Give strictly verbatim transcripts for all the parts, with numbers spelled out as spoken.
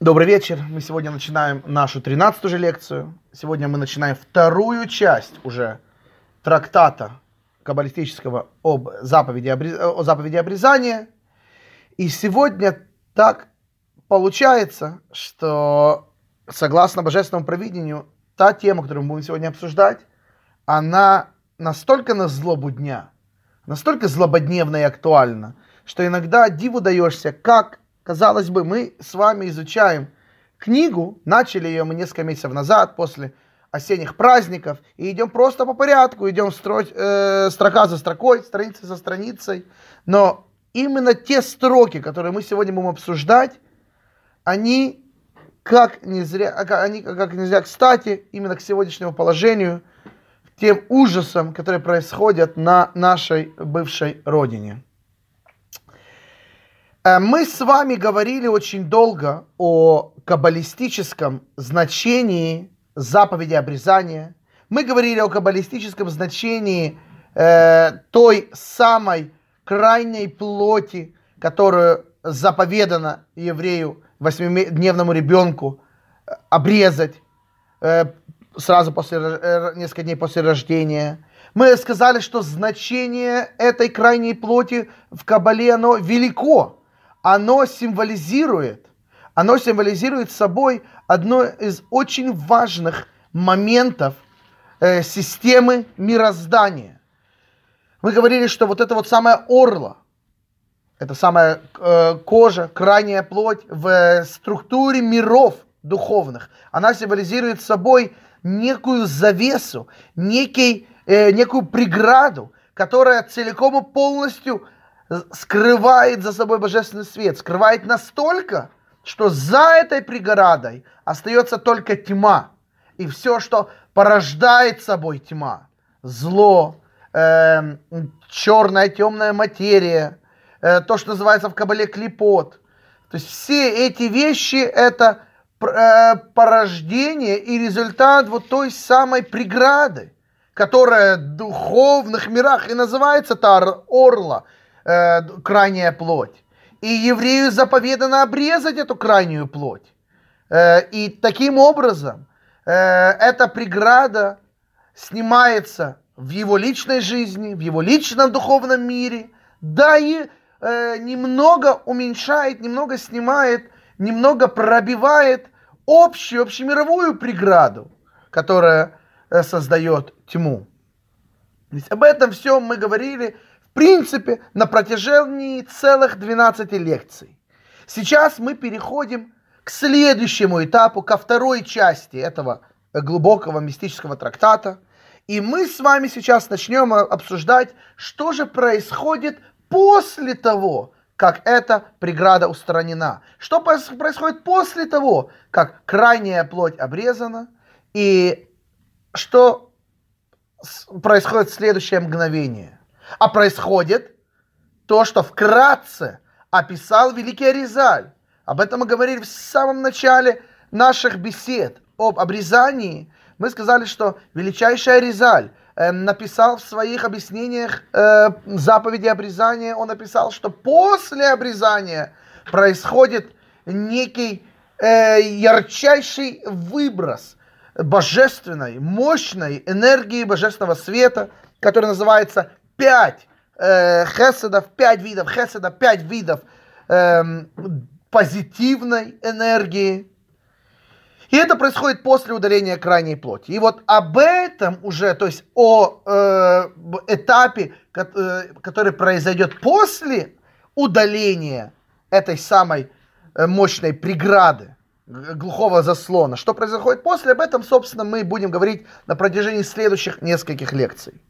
Добрый вечер. Мы сегодня начинаем нашу тринадцатую же лекцию. Сегодня мы начинаем вторую часть уже трактата каббалистического об заповеди, о заповеди обрезания. И сегодня так получается, что согласно божественному провидению, та тема, которую мы будем сегодня обсуждать, она настолько на злобу дня, настолько злободневна и актуальна, что иногда диву даешься, как, казалось бы, мы с вами изучаем книгу, начали ее мы несколько месяцев назад, после осенних праздников, и идем просто по порядку, идем строить, э, строка за строкой, страница за страницей, но именно те строки, которые мы сегодня будем обсуждать, они как не зря, они как не зря кстати именно к сегодняшнему положению, тем ужасам, которые происходят на нашей бывшей родине. Мы с вами говорили очень долго о каббалистическом значении заповеди обрезания. Мы говорили о каббалистическом значении э, той самой крайней плоти, которую заповедано еврею, восьмидневному ребенку, обрезать э, сразу после, э, несколько дней после рождения. Мы сказали, что значение этой крайней плоти в Каббале, оно велико. Оно символизирует, оно символизирует собой одно из очень важных моментов э, системы мироздания. Мы говорили, что вот это вот самая орла, это самая э, кожа, крайняя плоть в э, структуре миров духовных, она символизирует собой некую завесу, некий, э, некую преграду, которая целиком и полностью скрывает за собой божественный свет, скрывает настолько, что за этой преградой остается только тьма. И все, что порождает собой тьма, зло, э, черная, темная материя, э, то, что называется в Каббале клипот. То есть все эти вещи это э, порождение и результат вот той самой преграды, которая в духовных мирах и называется Тар Орла, Э, крайняя плоть. И еврею заповедано обрезать эту крайнюю плоть. Э, и таким образом э, эта преграда снимается в его личной жизни, в его личном духовном мире, да и э, немного уменьшает, немного снимает, немного пробивает общую, общемировую преграду, которая э, создает тьму. Ведь об этом всем мы говорили в принципе, на протяжении целых двенадцати лекций. Сейчас мы переходим к следующему этапу, ко второй части этого глубокого мистического трактата. И мы с вами сейчас начнем обсуждать, что же происходит после того, как эта преграда устранена. Что происходит после того, как крайняя плоть обрезана, и что происходит в следующее мгновение. А происходит то, что вкратце описал великий Аризаль. Об этом мы говорили в самом начале наших бесед об обрезании. Мы сказали, что величайший Аризаль э, написал в своих объяснениях э, заповеди обрезания, он написал, что после обрезания происходит некий э, ярчайший выброс божественной, мощной энергии божественного света, который называется пять э, хеседов, пять видов хеседа, пять видов э, позитивной энергии. И это происходит после удаления крайней плоти. И вот об этом уже, то есть о э, этапе, который произойдет после удаления этой самой мощной преграды, глухого заслона, что происходит после, об этом, собственно, мы будем говорить на протяжении следующих нескольких лекций.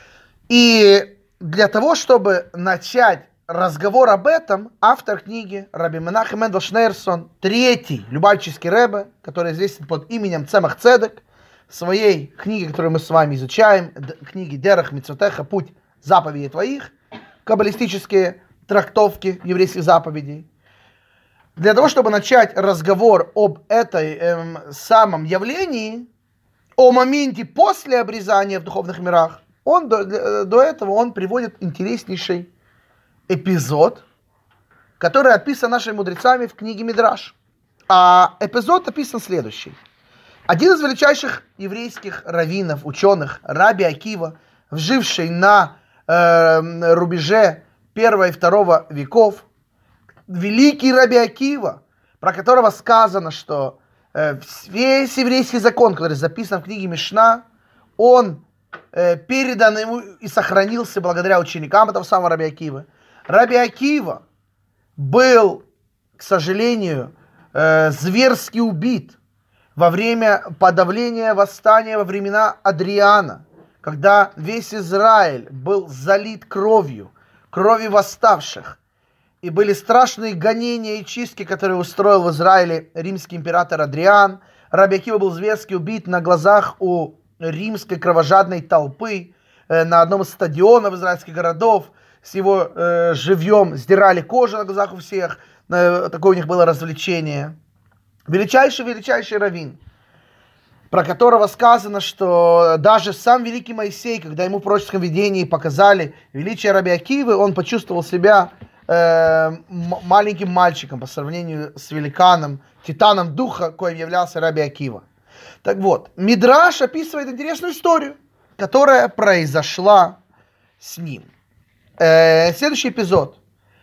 И для того, чтобы начать разговор об этом, автор книги Раби Менахем Мендел Шнейрсон, третий любавический ребе, который известен под именем Цемах Цедек, в своей книге, которую мы с вами изучаем, книге Дерах Мицвотеха, Путь заповедей твоих, каббалистические трактовки еврейских заповедей. Для того, чтобы начать разговор об этой эм, самом явлении, о моменте после обрезания в духовных мирах, он до, до этого он приводит интереснейший эпизод, который описан нашими мудрецами в книге Мидраш. А эпизод описан следующий. Один из величайших еврейских раввинов, ученых, Раби Акива, живший на э, рубеже первого и второго веков, великий Раби Акива, про которого сказано, что э, весь еврейский закон, который записан в книге Мишна, он э, передан ему и сохранился благодаря ученикам этого самого Раби Акивы. Раби Акива был, к сожалению, э, зверски убит во время подавления восстания во времена Адриана, когда весь Израиль был залит кровью, кровью восставших. И были страшные гонения и чистки, которые устроил в Израиле римский император Адриан. Раби Акива был зверски убит на глазах у римской кровожадной толпы э, на одном из стадионов израильских городов. С его э, живьем сдирали кожу на глазах у всех. Э, такое у них было развлечение. Величайший-величайший раввин, про которого сказано, что даже сам великий Моисей, когда ему в пророческом видении показали величие Раби Акивы, он почувствовал себя э, маленьким мальчиком по сравнению с великаном, титаном духа, коим являлся Раби Акива. Так вот, Мидраш описывает интересную историю, которая произошла с ним. Э, следующий эпизод.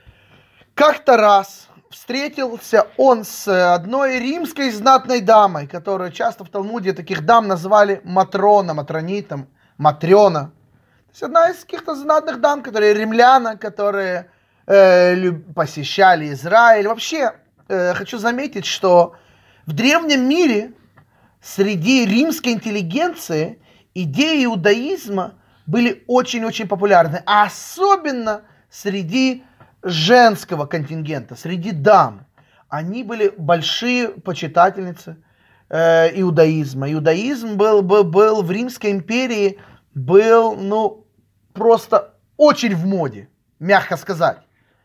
Как-то раз встретился он с одной римской знатной дамой, которую часто в Талмуде таких дам назвали Матрона, Матронитом, Матрена. То есть одна из каких-то знатных дам, которые римляна, которые э, посещали Израиль. Вообще, э, хочу заметить, что в древнем мире среди римской интеллигенции идеи иудаизма были очень-очень популярны, а особенно среди женского контингента, среди дам. Они были большие почитательницы э, иудаизма. Иудаизм был, был, был в Римской империи, был, ну, просто очень в моде, мягко сказать.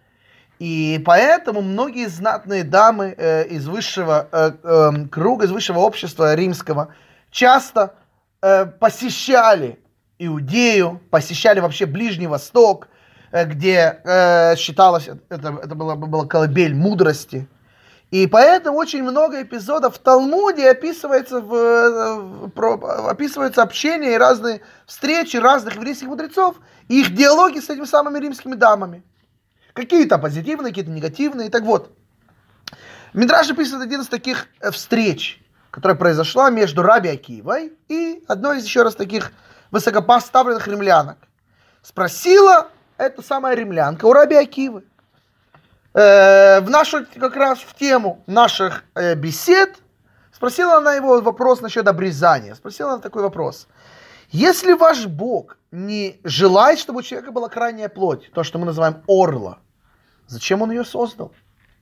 И поэтому многие знатные дамы э, из высшего э, э, круга, из высшего общества римского часто э, посещали Иудею, посещали вообще Ближний Восток, где э, считалось, это, это была, была колыбель мудрости. И поэтому очень много эпизодов в Талмуде описывается, в, в, про, описывается общение и разные встречи разных еврейских мудрецов и их диалоги с этими самыми римскими дамами. Какие-то позитивные, какие-то негативные. Так вот, Мидраш описывает один из таких встреч, которая произошла между Раби Акивой и одной из еще раз таких высокопоставленных римлянок. Спросила эта самая римлянка у Раби Акивы. Э, в нашу, как раз в тему наших э, бесед, спросила она его вопрос насчет обрезания. Спросила она такой вопрос. Если ваш Бог не желает, чтобы у человека была крайняя плоть, то, что мы называем орла, зачем он ее создал?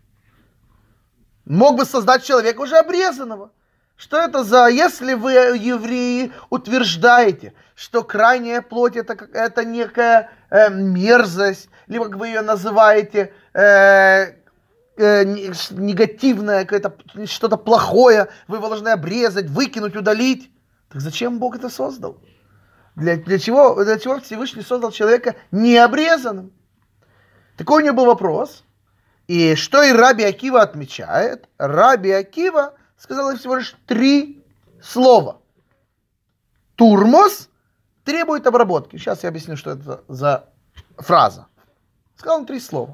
Мог бы создать человека уже обрезанного. Что это за, если вы, евреи, утверждаете, что крайняя плоть это, это некая э, мерзость, либо, как вы ее называете, э, э, негативное, какое-то, что-то плохое, вы его должны обрезать, выкинуть, удалить. Так зачем Бог это создал? Для, для, чего, для чего Всевышний создал человека необрезанным? Такой у него был вопрос. И что и Раби Акива отмечает? Раби Акива сказал всего лишь три слова. Турмос требует обработки. Сейчас я объясню, что это за фраза. Сказал он три слова.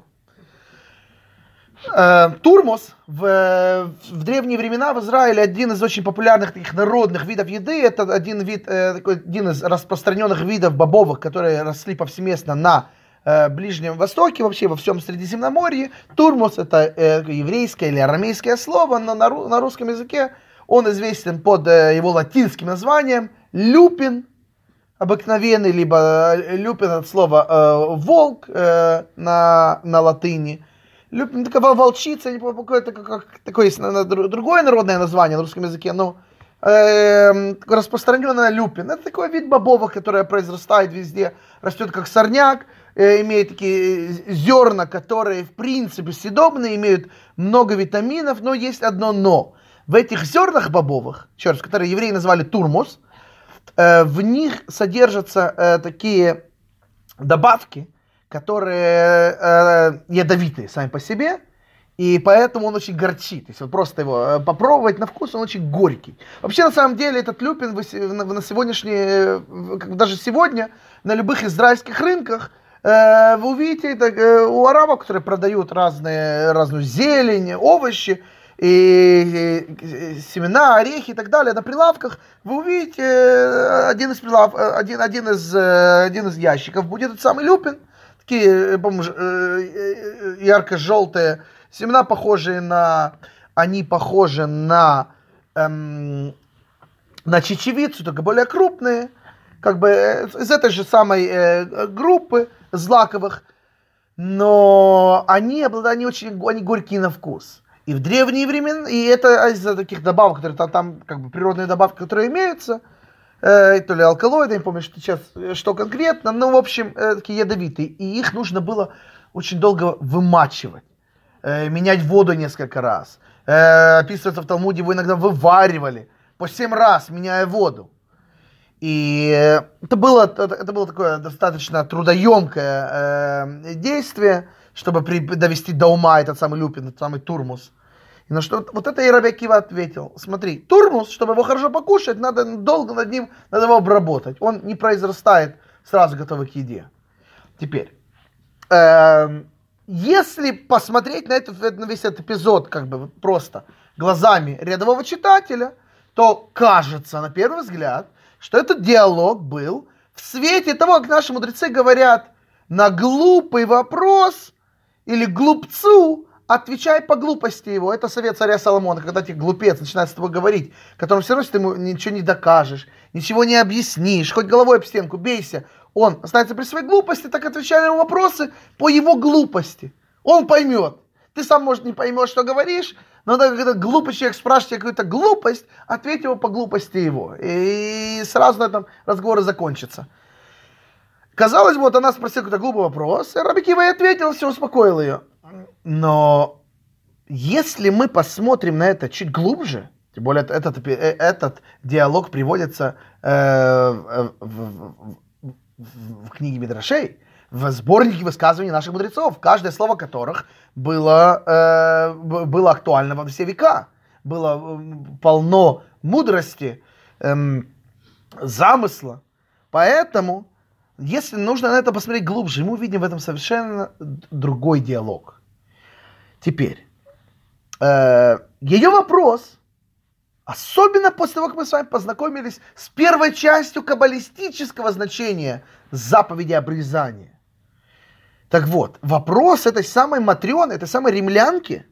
Э, турмос в, в древние времена в Израиле один из очень популярных таких народных видов еды. Это один, вид, э, такой, один из распространенных видов бобовых, которые росли повсеместно на э, Ближнем Востоке, вообще во всем Средиземноморье. Турмос это э, еврейское или арамейское слово, но на, на русском языке он известен под э, его латинским названием люпин обыкновенный, либо люпин от слова э, волк э, на, на латыни. Люпин, такая волчица, не помню, какое-то как, такое есть другое народное название на русском языке, но э, распространенное люпин. Это такой вид бобовых, который произрастает везде, растет как сорняк, э, имеет такие зерна, которые в принципе съедобные, имеют много витаминов, но есть одно но. В этих зернах бобовых, еще раз, которые евреи назвали турмос, э, в них содержатся э, такие добавки, которые э, ядовитые сами по себе, И поэтому он очень горчит. То есть вот просто его попробовать на вкус, он очень горький. Вообще, на самом деле, этот люпин на сегодняшний, даже сегодня, на любых израильских рынках, вы увидите это, у арабов, которые продают разные, разную зелень, овощи, и, и семена, орехи и так далее, на прилавках вы увидите один из, прилав, один, один из, один из ящиков будет этот самый люпин. Такие, по-моему, ярко-желтые семена, похожие на, они похожи на, эм, на чечевицу, только более крупные, как бы из этой же самой э, группы злаковых, но они обладают, они очень, они горькие на вкус. И в древние времена, и это из-за таких добавок, которые там, там как бы природные добавки, которые имеются, э, то ли алкалоиды, я не помню, что сейчас, что конкретно, но в общем, э, такие ядовитые, и их нужно было очень долго вымачивать. Менять воду несколько раз. Э, описывается в Талмуде, его иногда вываривали по семь раз, меняя воду. И это было, это, это было такое достаточно трудоемкое э, действие, чтобы при, довести до ума этот самый люпин, этот самый турмус. И на что вот это и Раби Акива ответил: смотри, турмус, чтобы его хорошо покушать, надо долго над ним, надо его обработать. Он не произрастает сразу готовый к еде. Теперь, э, если посмотреть на, этот, на весь этот эпизод как бы просто глазами рядового читателя, то кажется на первый взгляд, что этот диалог был в свете того, как наши мудрецы говорят: на глупый вопрос или глупцу отвечай по глупости его. Это совет царя Соломона, когда тебе глупец начинает с тобой говорить, которому все равно ты ему ничего не докажешь, ничего не объяснишь, хоть головой об стенку бейся, он останется при своей глупости, так отвечай на его вопросы по его глупости. Он поймет. Ты сам, может, не поймешь, что говоришь, но когда глупый человек спрашивает тебя какую-то глупость, ответь его по глупости его. И сразу на этом разговор закончится. Казалось бы, вот она спросила какой-то глупый вопрос, и Раби Акива и ответил, все, успокоил ее. Но если мы посмотрим на это чуть глубже, тем более этот, этот диалог приводится э, в, в, в, в книге Мидрашей, в сборнике высказываний наших мудрецов, каждое слово которых было, э, было актуально во все века, было полно мудрости, э, замысла. Поэтому, если нужно на это посмотреть глубже, мы увидим в этом совершенно другой диалог. Теперь, э, ее вопрос, особенно после того, как мы с вами познакомились с первой частью каббалистического значения заповеди обрезания. Так вот, вопрос этой самой Матрёны, этой самой римлянки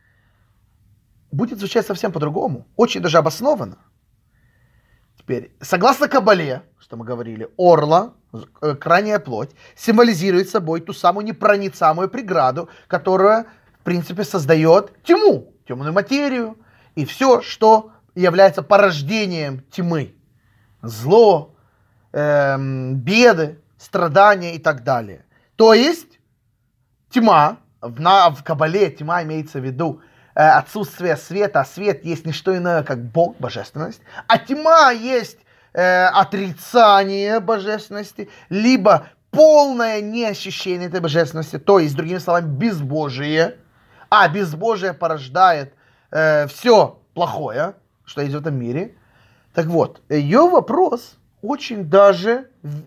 будет звучать совсем по-другому, очень даже обоснованно. Теперь, согласно Кабале, что мы говорили, орла, крайняя плоть, символизирует собой ту самую непроницаемую преграду, которая, в принципе, создает тьму, темную материю и все, что является порождением тьмы. Зло, эм, беды, страдания и так далее. То есть тьма, в, на, в Кабале тьма имеется в виду э, отсутствие света, а свет есть не что иное, как Бог, божественность, а тьма есть э, отрицание божественности, либо полное неощущение этой божественности, то есть, другими словами, безбожие, а безбожие порождает э, все плохое, что есть в этом мире. Так вот, ее вопрос очень даже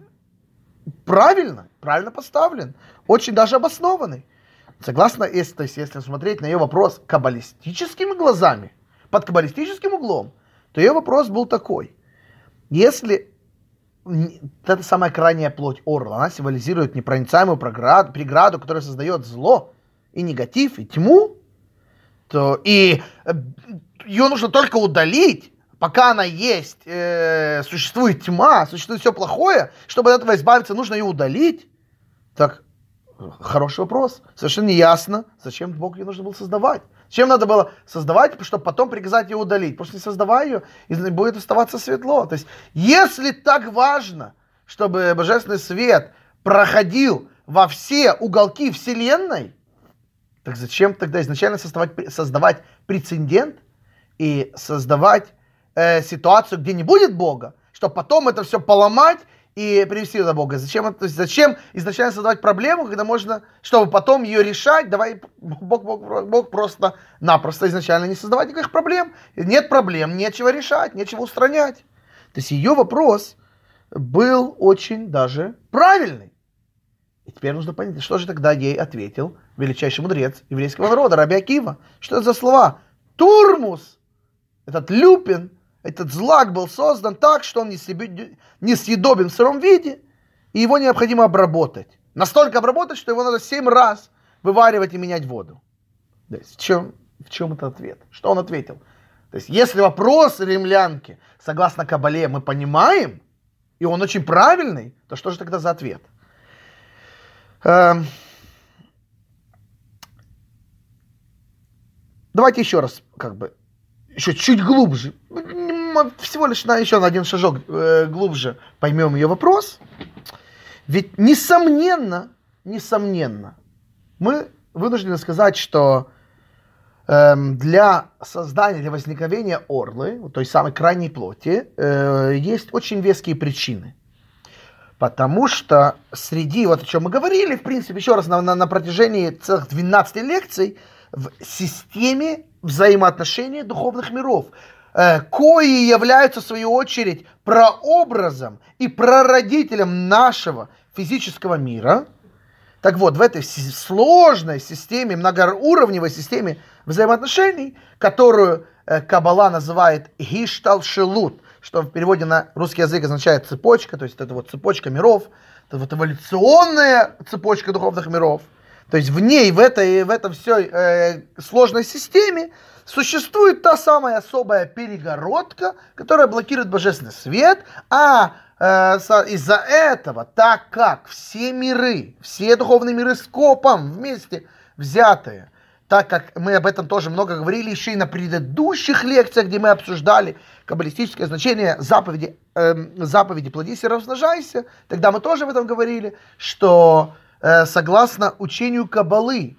правильно, правильно поставлен, очень даже обоснованный. Согласно, если, то есть, если смотреть на ее вопрос каббалистическими глазами, под каббалистическим углом, то ее вопрос был такой: если эта самая крайняя плоть орла, она символизирует непроницаемую преграду, преграду, которая создает зло и негатив, и тьму, то и ее нужно только удалить, пока она есть, э, существует тьма, существует все плохое, чтобы от этого избавиться, нужно ее удалить. Так, хороший вопрос. Совершенно неясно, зачем Бог ее нужно было создавать. Зачем надо было создавать, чтобы потом приказать ее удалить. Просто не создавай ее, и будет оставаться светло. То есть, если так важно, чтобы божественный свет проходил во все уголки Вселенной, так зачем тогда изначально создавать, создавать прецедент и создавать э, ситуацию, где не будет Бога, чтобы потом это все поломать и привести до Бога. Зачем, то есть зачем изначально создавать проблему, когда можно, чтобы потом ее решать, давай Бог, Бог, Бог просто-напросто изначально не создавать никаких проблем. Нет проблем, нечего решать, нечего устранять. То есть ее вопрос был очень даже правильный. И теперь нужно понять, что же тогда ей ответил величайший мудрец еврейского народа, Раби Акива. Что это за слова? Турмус, этот люпин, этот злак был создан так, что он несъедобен в сыром виде, и его необходимо обработать. Настолько обработать, что его надо семь раз вываривать и менять воду. То есть в чем, в чем этот ответ? Что он ответил? То есть если вопрос римлянки, согласно Кабале, мы понимаем, и он очень правильный, то что же тогда за ответ? Эм... Давайте еще раз, как бы, еще чуть глубже, всего лишь на еще на один шажок э, глубже поймем ее вопрос. Ведь несомненно, несомненно, мы вынуждены сказать, что э, для создания, для возникновения орлы, той самой крайней плоти, э, есть очень веские причины. Потому что среди, вот о чем мы говорили, в принципе, еще раз на, на, на протяжении целых двенадцати лекций, в системе взаимоотношений духовных миров, э, кои являются, в свою очередь, прообразом и прародителем нашего физического мира. Так вот, в этой сложной системе, многоуровневой системе взаимоотношений, которую э, Каббала называет гишталшелут, что в переводе на русский язык означает цепочка, то есть это вот цепочка миров, это вот эволюционная цепочка духовных миров. То есть в ней, в этой, в этом всей э, сложной системе существует та самая особая перегородка, которая блокирует божественный свет, а э, из-за этого, так как все миры, все духовные миры скопом вместе взятые, так как мы об этом тоже много говорили еще и на предыдущих лекциях, где мы обсуждали каббалистическое значение заповеди, э, заповеди «Плодись и размножайся», тогда мы тоже об этом говорили, что согласно учению Каббалы,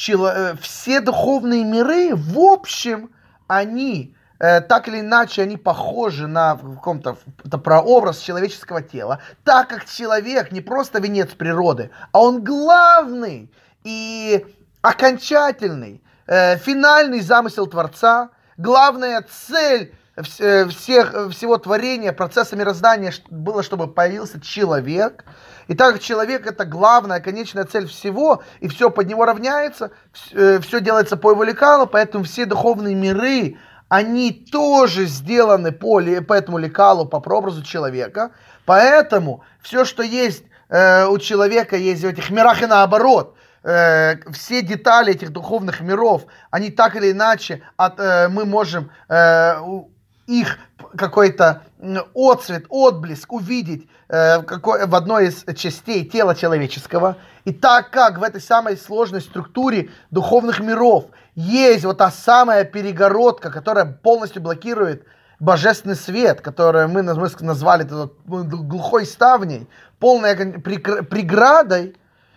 все духовные миры, в общем, они, так или иначе, они похожи на каком-то прообраз человеческого тела, так как человек не просто венец природы, а он главный и окончательный, финальный замысел Творца, главная цель всех, всего творения, процесса мироздания было, чтобы появился человек. И так как человек — это главная, конечная цель всего, и все под него равняется, все делается по его лекалу, поэтому все духовные миры, они тоже сделаны по, по этому лекалу, по прообразу человека. Поэтому все, что есть э, у человека, есть в этих мирах и наоборот. Э, все детали этих духовных миров, они так или иначе, от, э, мы можем э, их какой-то отцвет, отблеск увидеть э, в, какой, в одной из частей тела человеческого. И так как в этой самой сложной структуре духовных миров есть вот та самая перегородка, которая полностью блокирует божественный свет, который мы назвали глухой ставней, полной преградой,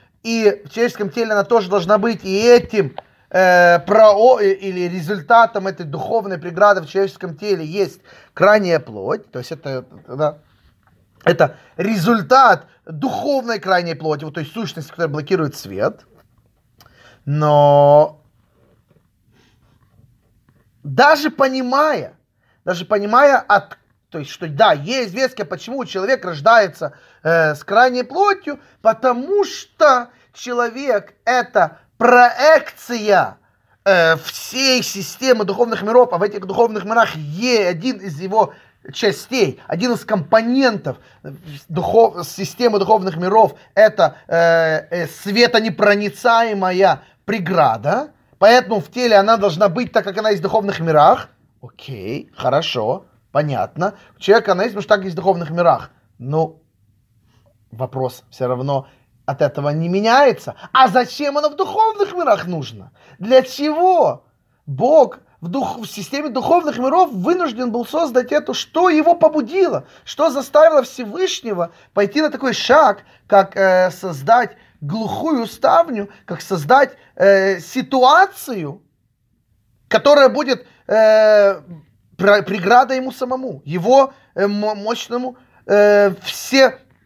и в человеческом теле она тоже должна быть, и этим э, про, или результатом этой духовной преграды в человеческом теле есть крайняя плоть, то есть это, да, это результат духовной крайней плоти, вот той сущности, которая блокирует свет. Но даже понимая, даже понимая, от, то есть, что да, есть веские, почему человек рождается э, с крайней плотью, потому что человек — это проекция э, всей системы духовных миров, а в этих духовных мирах есть один из его частей, один из компонентов духов, системы духовных миров — это э, э, светонепроницаемая преграда, поэтому в теле она должна быть так, как она есть в духовных мирах. Окей, хорошо, понятно. У человека она есть, потому что так есть в духовных мирах. Но вопрос все равно от этого не меняется. А зачем оно в духовных мирах нужно? Для чего Бог в, дух, в системе духовных миров вынужден был создать это? Что его побудило? Что заставило Всевышнего пойти на такой шаг, как э, создать глухую ставню, как создать э, ситуацию, которая будет э, преградой ему самому, его э, мощному, э, все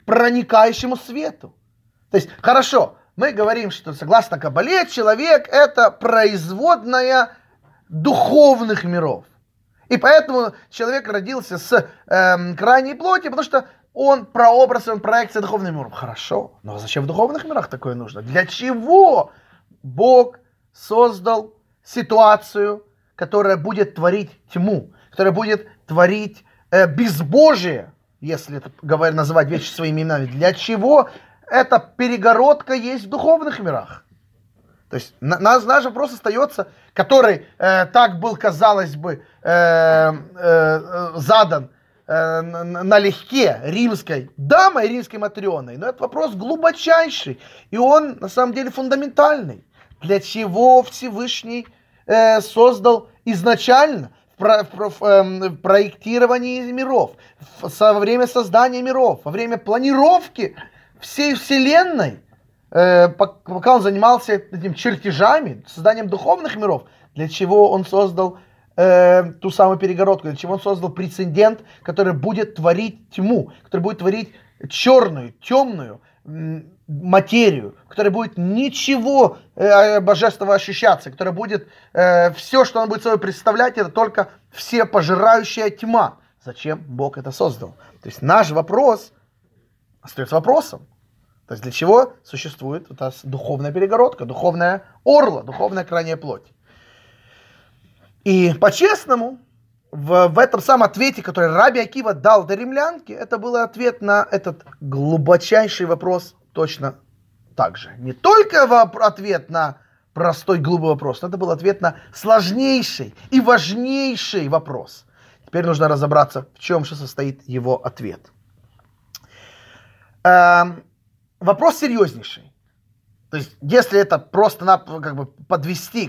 проникающему свету. То есть, хорошо, мы говорим, что согласно Кабале, человек это производная духовных миров. И поэтому человек родился с э, крайней плоти, потому что он прообраз, он проекция духовных миров. Хорошо, но зачем в духовных мирах такое нужно? Для чего Бог создал ситуацию, которая будет творить тьму, которая будет творить э, безбожие, если это, говоря, называть вещи своими именами? Для чего эта перегородка есть в духовных мирах? То есть на, наш, наш вопрос остается, который э, так был, казалось бы, э, э, задан э, налегке римской дамой, римской матрёной, но это вопрос глубочайший, и он на самом деле фундаментальный. Для чего Всевышний э, создал изначально в, про, в, в, э, в проектировании миров, в, во время создания миров, во время планировки всей Вселенной, э, пока он занимался этим чертежами, созданием духовных миров, для чего он создал э, ту самую перегородку, для чего он создал прецедент, который будет творить тьму, который будет творить черную, темную м, материю, в которой будет ничего э, божественного ощущаться, которая будет э, все, что он будет собой представлять, это только всепожирающая тьма. Зачем Бог это создал? То есть наш вопрос остается вопросом. То есть для чего существует эта духовная перегородка, духовная орла, духовная крайняя плоть. И по-честному, в, в этом самом ответе, который Раби Акива дал до римлянки, это был ответ на этот глубочайший вопрос точно так же. Не только ответ на простой глупый вопрос, но это был ответ на сложнейший и важнейший вопрос. Теперь нужно разобраться, в чем же состоит его ответ. Эм, вопрос серьезнейший. То есть, если это просто как бы подвести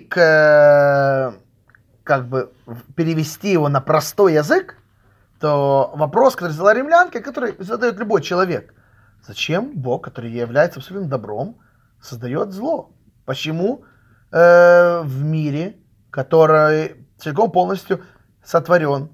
к, как бы перевести его на простой язык, то вопрос, который задала римлянка, который задает любой человек: зачем Бог, который является абсолютным добром, создает зло? Почему э, в мире, который целиком полностью сотворен,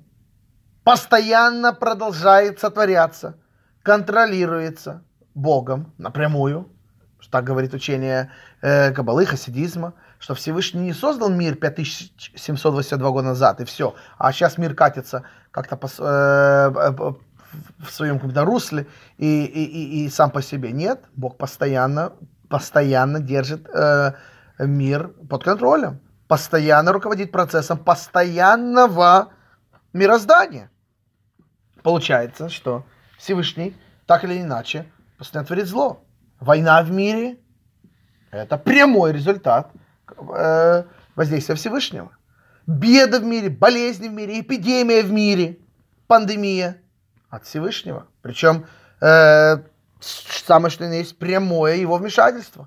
постоянно продолжает сотворяться, контролируется Богом напрямую, что так говорит учение э, Каббалы, хасидизма, что Всевышний не создал мир пять тысяч семьсот восемьдесят два года назад и все, а сейчас мир катится как-то по, э, в своем каком-то русле и, и, и, и сам по себе. Нет, Бог постоянно, постоянно держит э, мир под контролем, постоянно руководит процессом постоянного мироздания. Получается, что Всевышний так или иначе постоянно творит зло. Война в мире – это прямой результат э, воздействия Всевышнего. Беда в мире, болезни в мире, эпидемия в мире, пандемия от Всевышнего. Причем э, самое что ни есть прямое его вмешательство.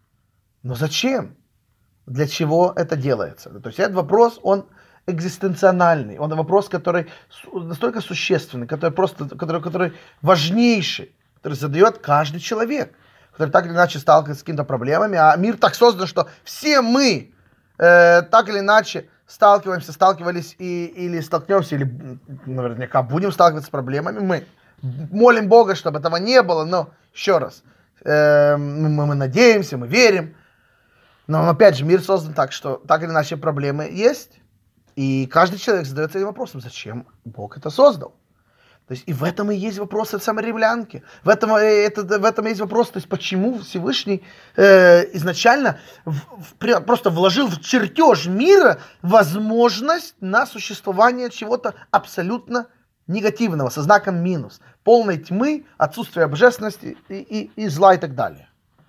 Но зачем? Для чего это делается? То есть этот вопрос, он экзистенциональный, он вопрос, который настолько существенный, который просто, который, который важнейший, который задает каждый человек, который так или иначе сталкивается с какими-то проблемами, а мир так создан, что все мы э, так или иначе сталкиваемся, сталкивались и, или столкнемся, или наверняка будем сталкиваться с проблемами. Мы молим Бога, чтобы этого не было, но еще раз, э, мы, мы надеемся, мы верим, но опять же мир создан так, что так или иначе проблемы есть. И каждый человек задается этим вопросом, зачем Бог это создал. То есть и в этом и есть вопрос от самой римлянки. В этом, это, в этом есть вопрос, то есть почему Всевышний э, изначально в, в, просто вложил в чертеж мира возможность на существование чего-то абсолютно негативного, со знаком минус, полной тьмы, отсутствия божественности и, и, и зла и так далее.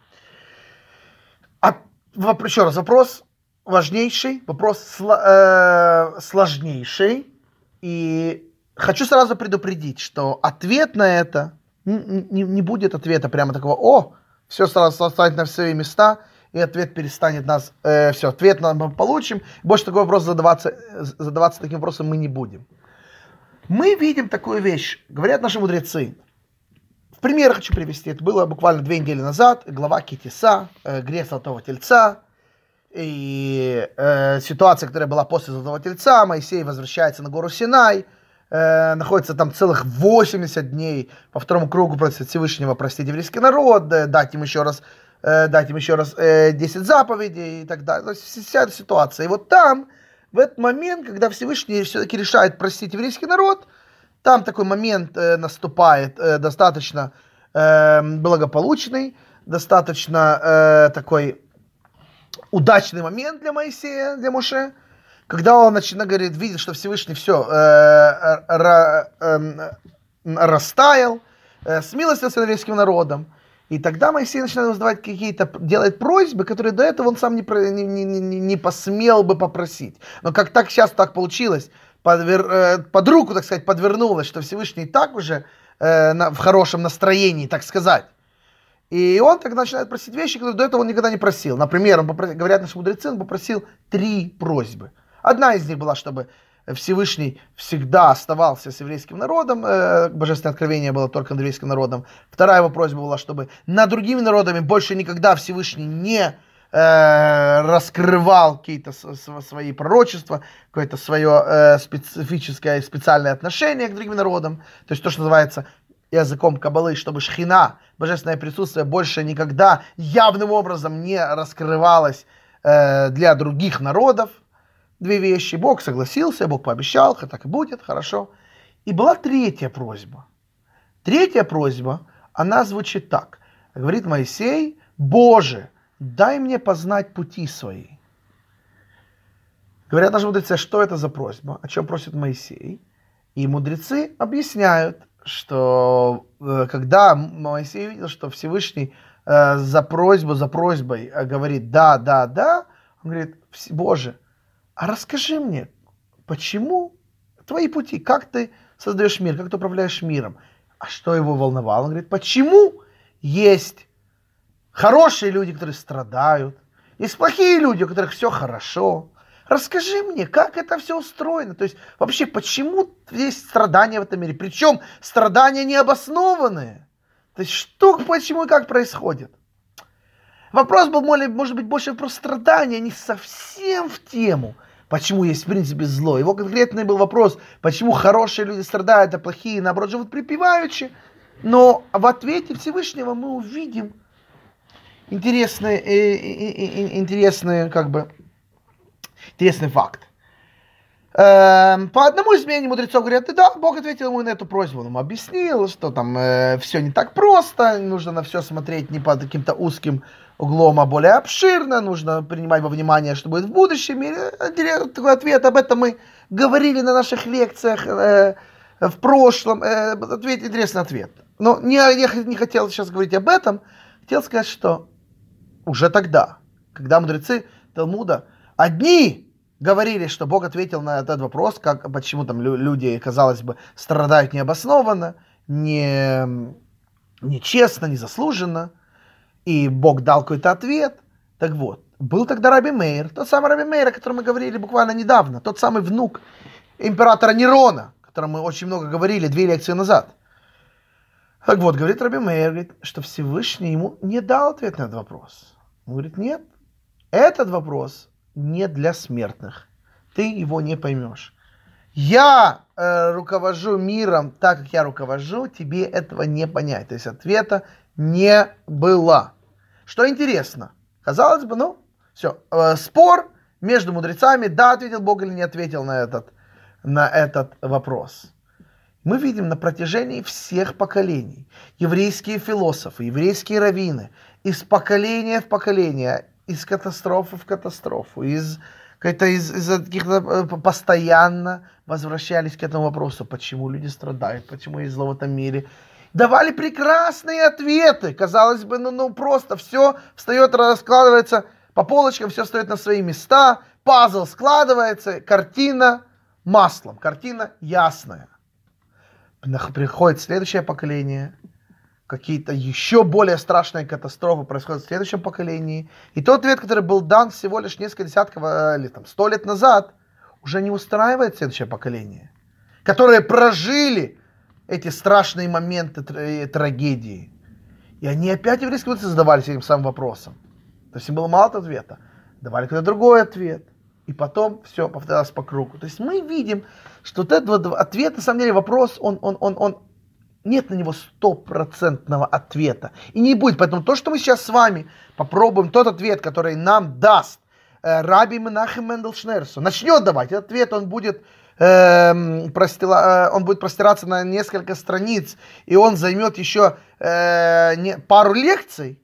А, еще раз, вопрос важнейший, вопрос э, сложнейший, и хочу сразу предупредить, что ответ на это не, не, не будет ответа прямо такого: о, все сразу станет на свои места, и ответ перестанет нас, э, все, ответ мы получим, больше такой вопрос задаваться, задаваться таким вопросом мы не будем. Мы видим такую вещь, говорят наши мудрецы. В пример хочу привести, это было буквально две недели назад, глава Ки-Тиса, э, грех Золотого Тельца. И э, ситуация, которая была после Золотого Тельца, Моисей возвращается на гору Синай, э, находится там целых восемьдесят дней, по второму кругу просит Всевышнего простить еврейский народ, э, дать им еще раз, э, дать им еще раз э, десять заповедей и так далее. То есть вся эта ситуация. И вот там, в этот момент, когда Всевышний все-таки решает простить еврейский народ, там такой момент э, наступает э, достаточно э, благополучный, достаточно э, такой удачный момент для Моисея, для Моше, когда он начинает говорить, видит, что Всевышний все э, э, э, растаял, э, смилостился над еврейским народом. И тогда Моисей начинает задавать какие-то, делать просьбы, которые до этого он сам не, не, не, не посмел бы попросить. Но как так сейчас так получилось, подвер, э, под руку, так сказать, подвернулось, что Всевышний и так уже э, на, в хорошем настроении, так сказать. И он тогда начинает просить вещи, которые до этого он никогда не просил. Например, он попросил, говорят наши мудрецы, он попросил три просьбы. Одна из них была, чтобы Всевышний всегда оставался с еврейским народом, э, божественное откровение было только над еврейским народом. Вторая его просьба была, чтобы над другими народами больше никогда Всевышний не э, раскрывал какие-то свои пророчества, какое-то свое э, специфическое, специальное отношение к другим народам. То есть то, что называется языком Каббалы, чтобы шхина, божественное присутствие, больше никогда явным образом не раскрывалось э, для других народов. Две вещи. Бог согласился, Бог пообещал, так и будет, хорошо. И была третья просьба. Третья просьба, она звучит так. Говорит Моисей: Боже, дай мне познать пути свои. Говорят наши мудрецы, что это за просьба, о чем просит Моисей. И мудрецы объясняют, что э, когда Моисей видел, что Всевышний э, за просьбу, за просьбой э, говорит да, да, да, он говорит: Боже, а расскажи мне, почему твои пути, как ты создаешь мир, как ты управляешь миром. А что его волновало? Он говорит: почему есть хорошие люди, которые страдают, есть плохие люди, у которых все хорошо. Расскажи мне, как это все устроено. То есть вообще, почему есть страдания в этом мире? Причем страдания необоснованные. То есть что, почему и как происходит? Вопрос был, может быть, больше про страдания, не совсем в тему, почему есть в принципе зло. Его конкретный был вопрос, почему хорошие люди страдают, а плохие, наоборот, живут припеваючи. Но в ответе Всевышнего мы увидим интересный, э, э, э, интересный, как бы, интересный факт. Э, по одному из мнений мудрецов говорят, и да, Бог ответил ему на эту просьбу. Он ему объяснил, что там э, все не так просто, нужно на все смотреть не под каким-то узким углом, а более обширно, нужно принимать во внимание, что будет в будущем. И такой ответ, об этом мы говорили на наших лекциях э, в прошлом. Э, ответ, интересный ответ. Но не, я не хотел сейчас говорить об этом, хотел сказать, что уже тогда, когда мудрецы Талмуда одни говорили, что Бог ответил на этот вопрос, как, почему там люди, казалось бы, страдают необоснованно, не, нечестно, незаслуженно, и Бог дал какой-то ответ. Так вот, был тогда Раби Меир, тот самый Раби Меир, о котором мы говорили буквально недавно, тот самый внук императора Нерона, о котором мы очень много говорили две лекции назад. Так вот, говорит Раби Меир, говорит, что Всевышний ему не дал ответ на этот вопрос. Он говорит: нет, этот вопрос не для смертных, ты его не поймешь. Я э, руковожу миром так, как я руковожу, тебе этого не понять. То есть ответа не было. Что интересно, казалось бы, ну, все, э, спор между мудрецами, да, ответил Бог или не ответил на этот, на этот вопрос. Мы видим на протяжении всех поколений еврейские философы, еврейские раввины, из поколения в поколение, из катастрофы в катастрофу, из, из, из каких-то постоянно возвращались к этому вопросу, почему люди страдают, почему есть зло в этом мире. Давали прекрасные ответы. Казалось бы, ну, ну просто все встает, раскладывается по полочкам, все встает на свои места, пазл складывается, картина маслом, картина ясная. Приходит следующее поколение, какие-то еще более страшные катастрофы происходят в следующем поколении. И тот ответ, который был дан всего лишь несколько десятков или там сто лет назад, уже не устраивает следующее поколение, которые прожили эти страшные моменты трагедии. И они опять еврейские мудрецы задавались этим самым вопросом. То есть им было мало ответа. Давали какой-то другой ответ. и потом все повторялось по кругу. То есть мы видим, что вот этот вот ответ, на самом деле, вопрос, он, он, он, он, нет на него стопроцентного ответа. И не будет. Поэтому то, что мы сейчас с вами попробуем, тот ответ, который нам даст э, Раби Менахем Мендел Шнейрсон, начнет давать. Этот ответ, он будет, э, простила, э, он будет простираться на несколько страниц, и он займет еще э, не, пару лекций.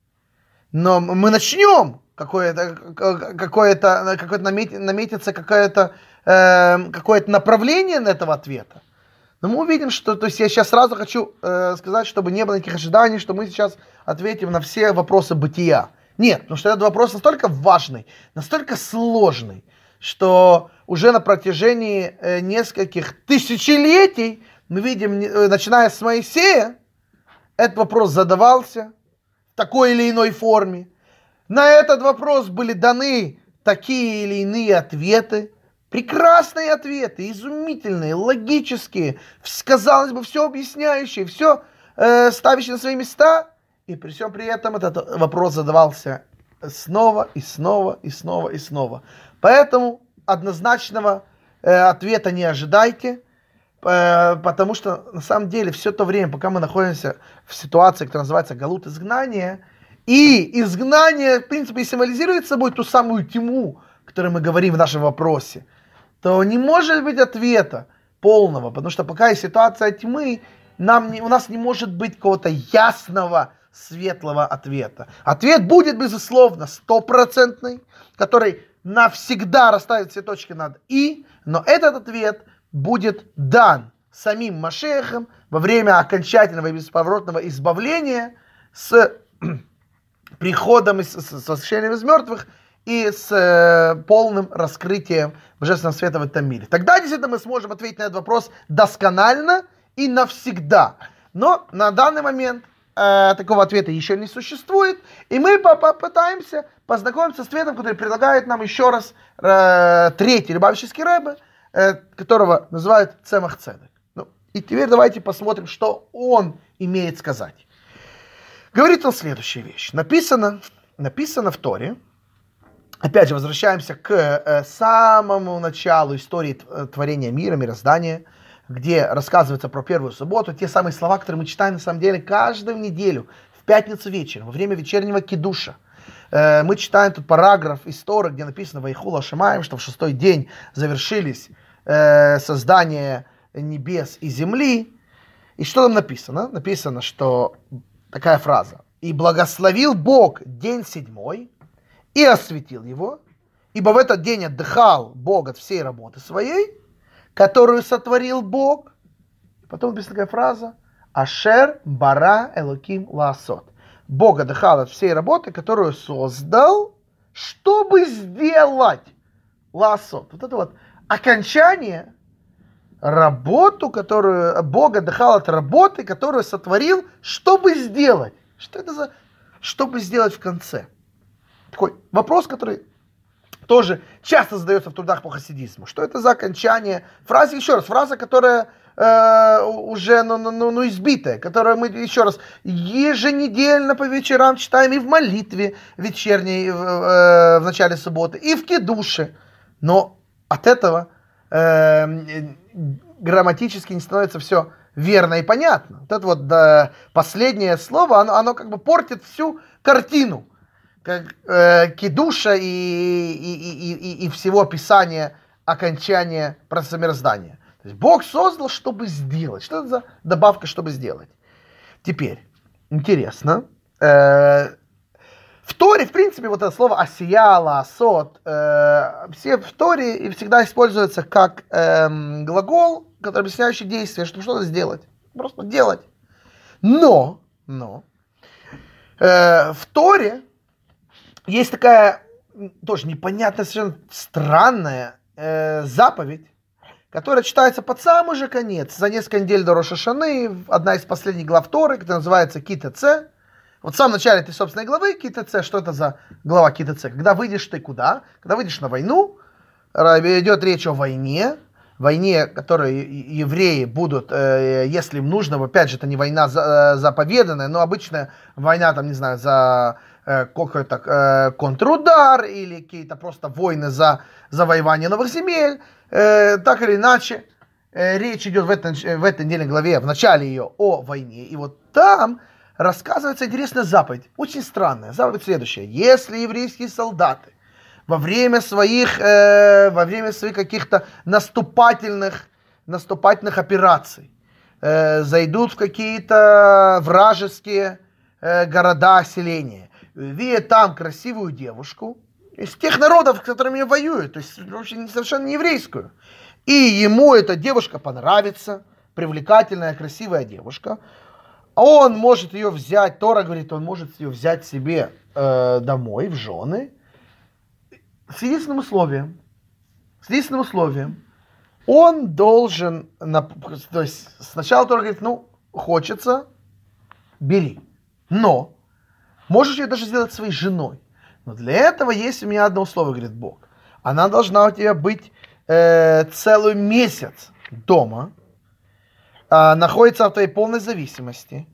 Но мы начнем. Какое-то, какое-то, какое-то наметится какое-то, э, какое-то направление на этого ответа. Но мы увидим, что, то есть я сейчас сразу хочу э, сказать, чтобы не было никаких ожиданий, что мы сейчас ответим на все вопросы бытия. Нет, потому что этот вопрос настолько важный, настолько сложный, что уже на протяжении э, нескольких тысячелетий мы видим, э, начиная с Моисея, этот вопрос задавался в такой или иной форме. На этот вопрос были даны такие или иные ответы. Прекрасные ответы, изумительные, логические, казалось бы, все объясняющие, все э, ставящие на свои места. И при всем при этом этот вопрос задавался снова и снова и снова и снова. Поэтому однозначного э, ответа не ожидайте, э, потому что на самом деле все то время, пока мы находимся в ситуации, которая называется галут изгнания, и изгнание, в принципе, символизирует собой ту самую тьму, о которой мы говорим в нашем вопросе, то не может быть ответа полного, потому что пока есть ситуация тьмы, нам не, у нас не может быть какого-то ясного, светлого ответа. Ответ будет, безусловно, стопроцентный, который навсегда расставит все точки над «и», но этот ответ будет дан самим Машиахом во время окончательного и бесповоротного избавления с приходом, с, с воскрешением из мертвых и с э, полным раскрытием божественного света в этом мире. Тогда действительно мы сможем ответить на этот вопрос досконально и навсегда. Но на данный момент э, такого ответа еще не существует, и мы попытаемся познакомиться с ответом, который предлагает нам еще раз э, третий Любавический Ребе, э, которого называют Цемах Цедек. Ну, и теперь давайте посмотрим, что он имеет сказать. Говорит он следующую вещь. Написано, написано в Торе, опять же, возвращаемся к э, самому началу истории творения мира, мироздания, где рассказывается про первую субботу, те самые слова, которые мы читаем, на самом деле, каждую неделю, в пятницу вечером, во время вечернего кидуша. Э, мы читаем тут параграф из Торы, где написано «Ваихула Шамаем», что в шестой день завершились э, создание небес и земли. И что там написано? Написано, что... Такая фраза. «И благословил Бог день седьмой, и осветил его, ибо в этот день отдыхал Бог от всей работы своей, которую сотворил Бог». И потом написана такая фраза. «Ашер бара элоким лаасот». Бог отдыхал от всей работы, которую создал, чтобы сделать лаасот. Вот это вот окончание, работу, которую Бог отдыхал от работы, которую сотворил, чтобы сделать. Что это за чтобы сделать в конце? Такой вопрос, который тоже часто задается в трудах по хасидизму. Что это за окончание? Фраза, еще раз, фраза, которая э, уже ну, ну, ну, избитая, которую мы еще раз еженедельно по вечерам читаем и в молитве вечерней э, э, в начале субботы, и в кидуше. Но от этого э, грамматически не становится все верно и понятно. Вот это вот да, последнее слово, оно, оно как бы портит всю картину как, э, кидуша и, и, и, и, и всего описания окончания процесса мироздания. То есть Бог создал, чтобы сделать. Что это за добавка, чтобы сделать? Теперь, интересно, э, в Торе, в принципе, вот это слово «асия», «лаасот», э, все в Торе и всегда используется как э, глагол, который объясняющий действие, чтобы что-то сделать. Просто делать. Но, но, э, в Торе есть такая, тоже непонятная, совершенно странная э, заповедь, которая читается под самый же конец, за несколько недель до Рош ха-Шаны, одна из последних глав Торы, которая называется Ки-Тэ-Цэ. Вот в самом начале этой собственной главы Ки-Тэ-Цэ, что это за глава Ки-Тэ-Цэ? Когда выйдешь ты куда? Когда выйдешь на войну, идет речь о войне, войне, которой евреи будут, э, если им нужно, опять же, это не война за, заповеданная, но обычная война, там, не знаю, за э, какой-то э, контрудар или какие-то просто войны за завоевание новых земель, э, так или иначе, э, речь идет в, этом, в этой недельной главе, в начале ее, о войне, и вот там рассказывается интересная заповедь, очень странная, заповедь следующая: если еврейские солдаты во время своих, э, во время своих каких-то наступательных, наступательных операций э, зайдут в какие-то вражеские э, города, селения, видят там красивую девушку из тех народов, с которыми воюют, то есть вообще совершенно не еврейскую, и ему эта девушка понравится, привлекательная, красивая девушка, он может ее взять, Тора говорит, он может ее взять себе э, домой, в жены, с единственным условием, с единственным условием, он должен, то есть сначала Тора говорит, ну, хочется, бери, но можешь ее даже сделать своей женой, но для этого есть у меня одно условие, говорит Бог, она должна у тебя быть э, целый месяц дома, э, находится в твоей полной зависимости,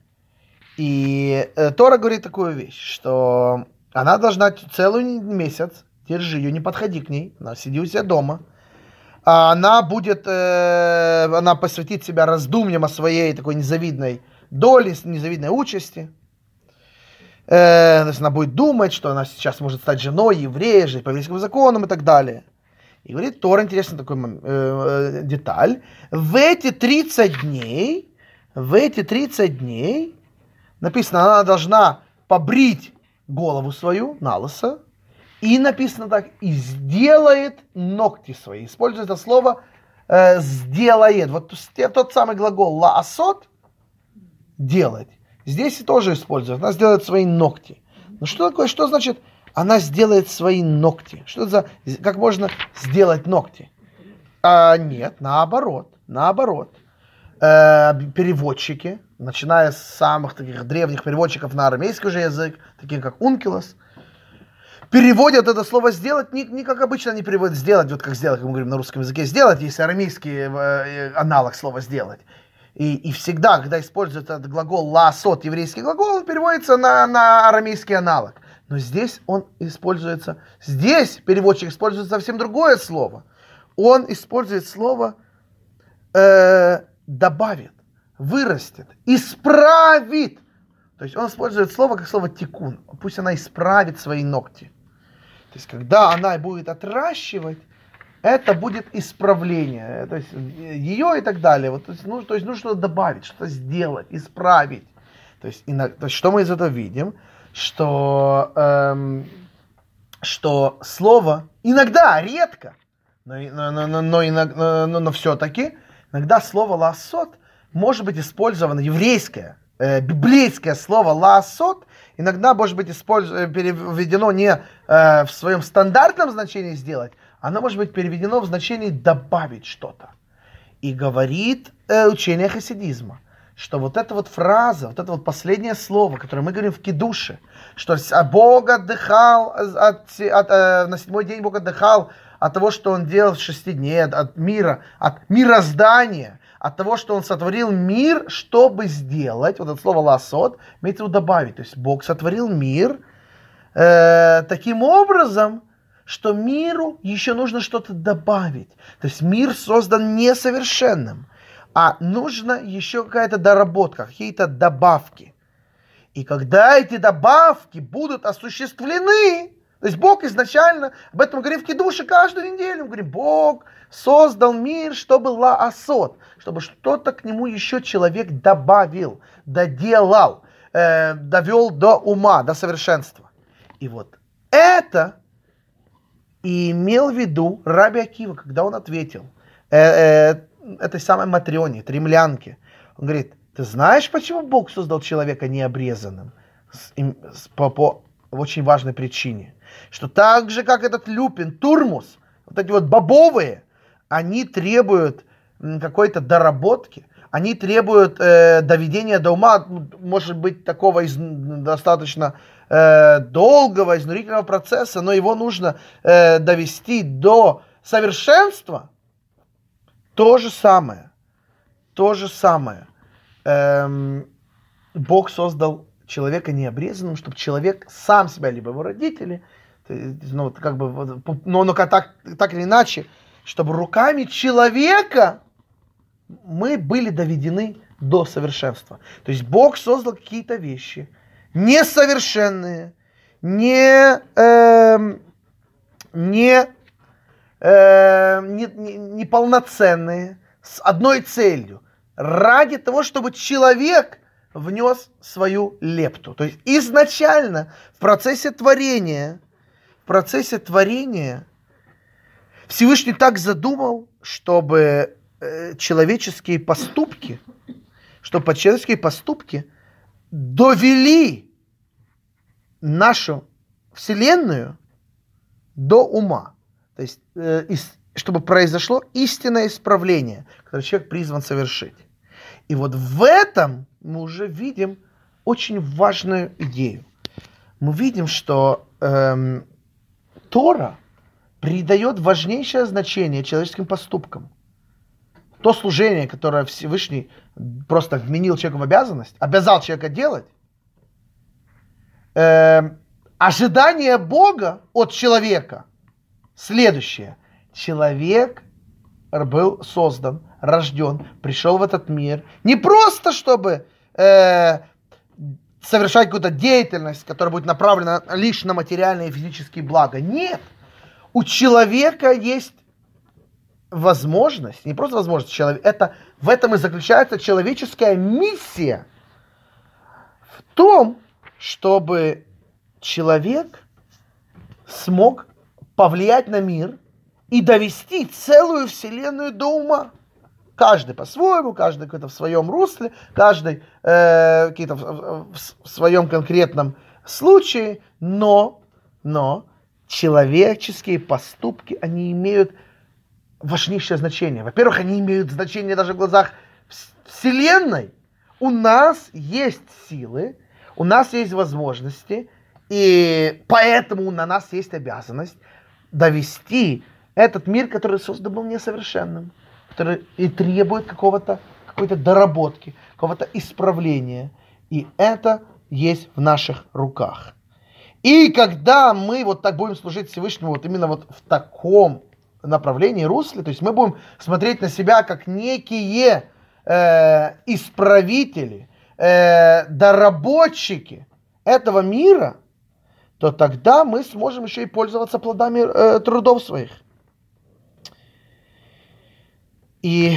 и э, Тора говорит такую вещь, что она должна целый месяц, держи ее, не подходи к ней, она сиди у себя дома. Она будет, э, она посвятит себя раздумьям о своей такой незавидной доле, незавидной участи. Э, то есть она будет думать, что она сейчас может стать женой еврея, жить по еврейским законам и так далее. И говорит Тора, интересный такой э, деталь. В эти тридцать дней, в эти тридцать дней, написано, она должна побрить голову свою на лысо, и написано так, и сделает ногти свои. Использует это слово э, сделает. Вот тот самый глагол лаасот, делать. Здесь и тоже использует. Она сделает свои ногти. Но что такое, что значит она сделает свои ногти? Что это за, как можно сделать ногти? А, нет, наоборот, наоборот. Э, переводчики, начиная с самых таких древних переводчиков на арамейский уже язык, таких как Ункилос, переводят это слово «сделать» не, не как обычно они переводят «сделать», вот как «сделать», как мы говорим на русском языке, «сделать», есть арамейский э, аналог слова «сделать». И, и всегда, когда используют этот глагол «лаасот», еврейский глагол, он переводится на, на арамейский аналог. Но здесь он используется, здесь переводчик использует совсем другое слово. Он использует слово э, «добавит», «вырастет», «исправит». То есть он использует слово как слово «тикун». Пусть она исправит свои ногти. То есть когда она будет отращивать, это будет исправление. То есть ее и так далее. Вот, то, есть, ну, то есть нужно что-то добавить, что-то сделать, исправить. То есть, и, то есть что мы из этого видим? Что, эм, что слово иногда, редко, но, но, но, но, но, но, но, но все-таки, иногда слово «лаасот» может быть использовано, еврейское, э, библейское слово «лаасот», иногда может быть использовано, переведено не э, в своем стандартном значении «сделать», оно может быть переведено в значении «добавить что-то». И говорит э, учение хасидизма, что вот эта вот фраза, вот это вот последнее слово, которое мы говорим в кидуше, что Бог отдыхал, от, от, от, э, на седьмой день Бог отдыхал от того, что Он делал в шести дней, от, от мира, от мироздания, от того, что Он сотворил мир, чтобы сделать, вот это слово «лаасот», имеется в виду добавить, то есть Бог сотворил мир э, таким образом, что миру еще нужно что-то добавить. То есть мир создан несовершенным, а нужно еще какая-то доработка, какие-то добавки. И когда эти добавки будут осуществлены, то есть Бог изначально, об этом мы говорим в кидуше каждую неделю, мы говорим, Бог создал мир, чтобы лаасот, чтобы что-то к нему еще человек добавил, доделал, э, довел до ума, до совершенства. И вот это и имел в виду Раби Акива, когда он ответил э, э, этой самой Матрёне, римлянке. Он говорит, ты знаешь, почему Бог создал человека необрезанным? С, с, по, по очень важной причине. Что так же, как этот люпин, турмус, вот эти вот бобовые, они требуют какой-то доработки, они требуют э, доведения до ума, может быть, такого из, достаточно э, долгого, изнурительного процесса, но его нужно э, довести до совершенства. То же самое, то же самое. Эм, Бог создал человека необрезанным, чтобы человек сам себя, либо его родители, ну, как бы, но, но так, так или иначе, чтобы руками человека мы были доведены до совершенства. То есть Бог создал какие-то вещи несовершенные, не, э, не, э, не, не, неполноценные, с одной целью. Ради того, чтобы человек внес свою лепту. То есть изначально в процессе творения, в процессе творения Всевышний так задумал, чтобы э, человеческие поступки, чтобы человеческие поступки довели нашу Вселенную до ума. То есть, э, из, чтобы произошло истинное исправление, которое человек призван совершить. И вот в этом мы уже видим очень важную идею. Мы видим, что эм, Тора придает важнейшее значение человеческим поступкам. То служение, которое Всевышний просто вменил человеку в обязанность, обязал человека делать, э, ожидание Бога от человека следующее. Человек был создан, рожден, пришел в этот мир не просто, чтобы э, совершать какую-то деятельность, которая будет направлена лишь на материальные и физические блага. Нет. У человека есть возможность, не просто возможность, человек, это, в этом и заключается человеческая миссия. В том, чтобы человек смог повлиять на мир и довести целую вселенную до ума. Каждый по-своему, каждый какой-то в своем русле, каждый э, какие-то в, в, в своем конкретном случае, но, но человеческие поступки, они имеют важнейшее значение. Во-первых, они имеют значение даже в глазах Вселенной. У нас есть силы, у нас есть возможности, и поэтому на нас есть обязанность довести этот мир, который создан был несовершенным, который и требует какого-то, какой-то доработки, какого-то исправления. И это есть в наших руках. И когда мы вот так будем служить Всевышнему, вот именно вот в таком направлении, русле, то есть мы будем смотреть на себя как некие э, исправители, э, доработчики этого мира, то тогда мы сможем еще и пользоваться плодами э, трудов своих. И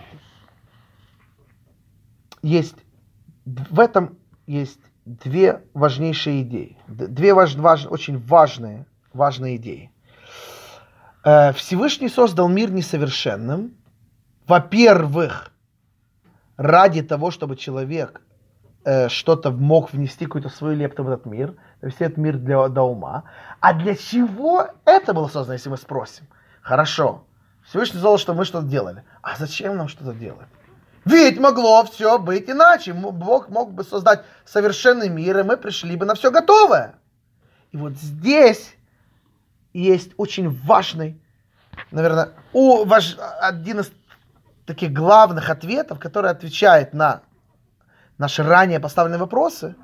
есть, в этом есть две важнейшие идеи, две важ, важ, очень важные, важные идеи. Всевышний создал мир несовершенным, во-первых, ради того, чтобы человек э, что-то мог внести, какую-то свою лепту в этот мир, довести этот мир для, до ума. А для чего это было создано, если мы спросим? Хорошо, Всевышний создал, чтобы мы что-то делали. А зачем нам что-то делать? Ведь могло все быть иначе. Бог мог бы создать совершенный мир, и мы пришли бы на все готовое. И вот здесь есть очень важный, наверное, у, важ, один из таких главных ответов, который отвечает на наши ранее поставленные вопросы.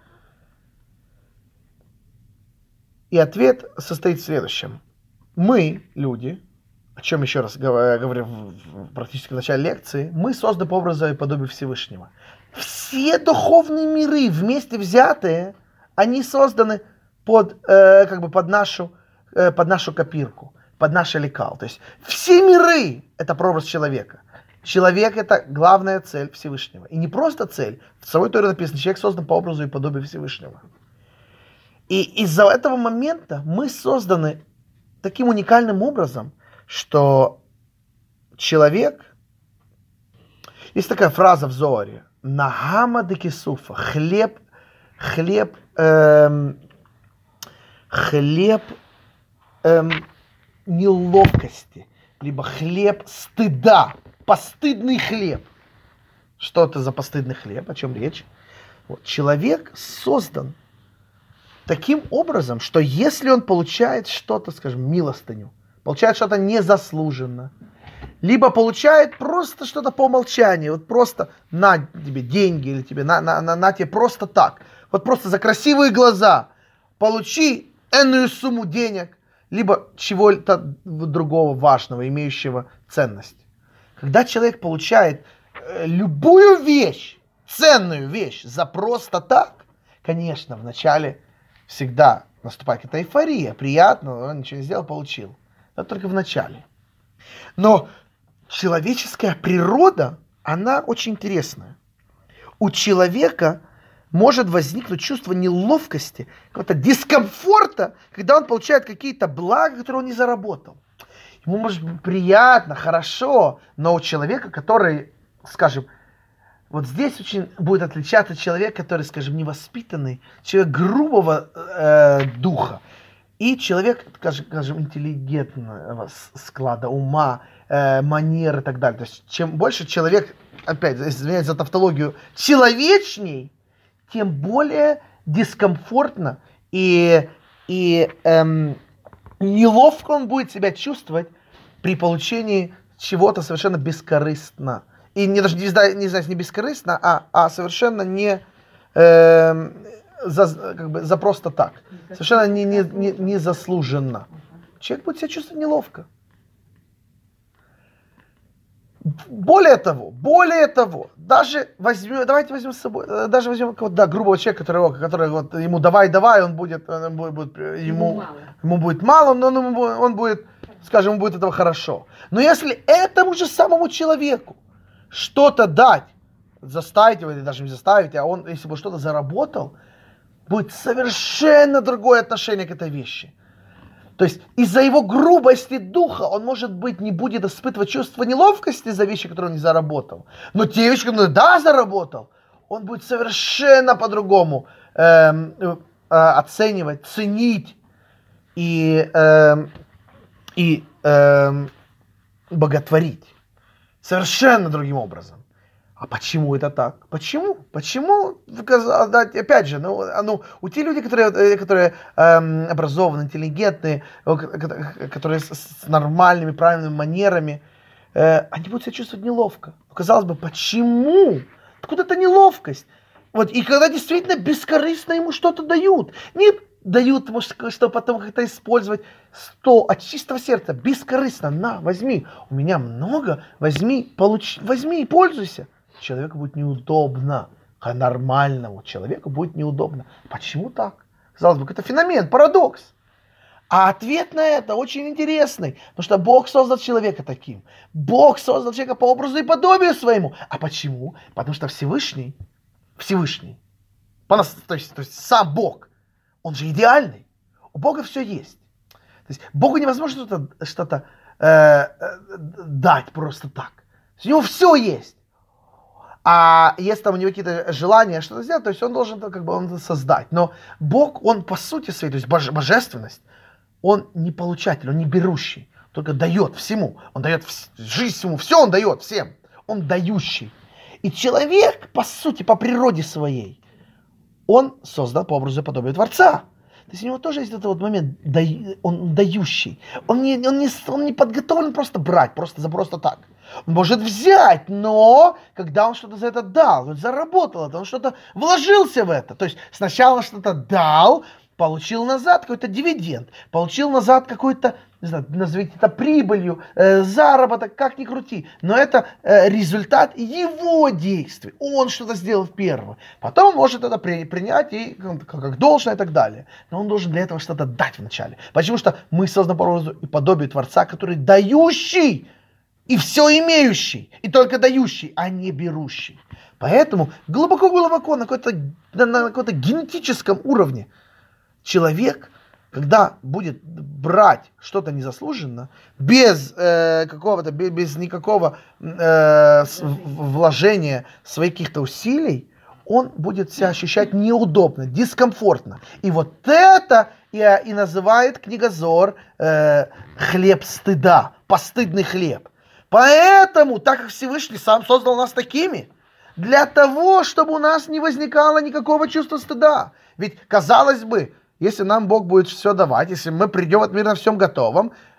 И ответ состоит в следующем. Мы, люди, о чем еще раз говорю в практически в начале лекции, мы созданы по образу и подобию Всевышнего. Все духовные миры вместе взятые, они созданы под, э, как бы под нашу под нашу копирку, под наш лекал. То есть все миры – это прообраз человека. Человек – это главная цель Всевышнего. И не просто цель. В самой Торе написано, человек создан по образу и подобию Всевышнего. И из-за этого момента мы созданы таким уникальным образом, что человек… Есть такая фраза в Зоаре. Нагама де кисуфа. Хлеб, хлеб, эм, хлеб, Эм, неловкости, либо хлеб стыда, постыдный хлеб. Что это за постыдный хлеб, о чем речь? Вот. Человек создан таким образом, что если он получает что-то, скажем, милостыню, получает что-то незаслуженно, либо получает просто что-то по умолчанию, вот просто на тебе деньги или тебе на, на, на, на тебе просто так, вот просто за красивые глаза получи энную сумму денег, либо чего-то другого важного, имеющего ценность. Когда человек получает э, любую вещь, ценную вещь за просто так, конечно, вначале всегда наступает какая-то эйфория, приятно, он ничего не сделал, получил. Это только в начале. Но человеческая природа, она очень интересная. У человека может возникнуть чувство неловкости, какого-то дискомфорта, когда он получает какие-то блага, которые он не заработал. Ему может быть приятно, хорошо, но у человека, который, скажем, вот здесь очень будет отличаться человек, который, скажем, невоспитанный, человек грубого э, духа, и человек, скажем, интеллигентного склада ума, э, манер и так далее. То есть, чем больше человек, опять, извиняюсь за тавтологию, человечней, тем более дискомфортно и, и эм, неловко он будет себя чувствовать при получении чего-то совершенно бескорыстно. И не даже не, не, не, не бескорыстно, а, а совершенно не э, за, как бы, за просто так. Совершенно не, не, не, не заслуженно. Человек будет себя чувствовать неловко. Более того, более того, даже возьмем, давайте возьмем с собой, даже возьмем какого-то, да, грубого человека, которого, который вот ему давай, давай, он будет, он будет, будет ему, ему будет мало, но он, он будет, скажем, ему будет этого хорошо. Но если этому же самому человеку что-то дать, заставить его или даже не заставить, а он, если бы что-то заработал, будет совершенно другое отношение к этой вещи. То есть из-за его грубости духа он, может быть, не будет испытывать чувство неловкости за вещи, которые он не заработал. Но те вещи, которые он, да, заработал, он будет совершенно по-другому э, э, оценивать, ценить и, э, и э, боготворить. Совершенно другим образом. А почему это так? Почему? Почему? Опять же, ну, ну, у тех людей, которые, которые эм, образованы, интеллигентные, которые с, с нормальными, правильными манерами, э, они будут себя чувствовать неловко. Казалось бы, почему? Откуда-то неловкость. Вот, и когда действительно бескорыстно ему что-то дают. Не дают, может, что потом как-то использовать. Сто от чистого сердца, бескорыстно. На, возьми. У меня много. Возьми, получи, возьми и пользуйся. Человеку будет неудобно, а нормальному человеку будет неудобно. Почему так? Казалось бы, это феномен, парадокс. А ответ на это очень интересный, потому что Бог создал человека таким. Бог создал человека по образу и подобию своему. А почему? Потому что Всевышний, Всевышний, то есть, то есть сам Бог, он же идеальный. У Бога все есть. То есть Богу невозможно что-то, что-то э, дать просто так. У него все есть. А если там у него какие-то желания что-то сделать, то есть он должен как бы он создать. Но Бог, он по сути своей, то есть боже, божественность, он не получатель, он не берущий, только дает всему. Он дает жизнь всему, все он дает всем. Он дающий. И человек, по сути, по природе своей, он создан по образу и подобию Творца. То есть у него тоже есть этот вот момент, он дающий. Он не, он не, он не подготовлен просто брать, просто за просто так. Он может взять, но когда он что-то за это дал, он заработал это, он что-то вложился в это. То есть сначала что-то дал, получил назад какой-то дивиденд, получил назад какой-то, не знаю, назовите это прибылью, э, заработок, как ни крути. Но это э, результат его действий. Он что-то сделал первым. Потом он может это при, принять и, как, как должное и так далее. Но он должен для этого что-то дать вначале. Почему что мы созданы по образу и подобию Творца, который дающий и все имеющий, и только дающий, а не берущий. Поэтому глубоко-глубоко на какой-то, на, на каком-то генетическом уровне человек, когда будет брать что-то незаслуженно, без э, какого-то, без, без никакого э, с, вложения своих каких-то усилий, он будет себя ощущать неудобно, дискомфортно. И вот это и, и называет книга Зоар э, хлеб стыда, постыдный хлеб. Поэтому, так как Всевышний сам создал нас такими, для того, чтобы у нас не возникало никакого чувства стыда. Ведь, казалось бы, если нам Бог будет все давать, если мы придем от мира на всем готовом,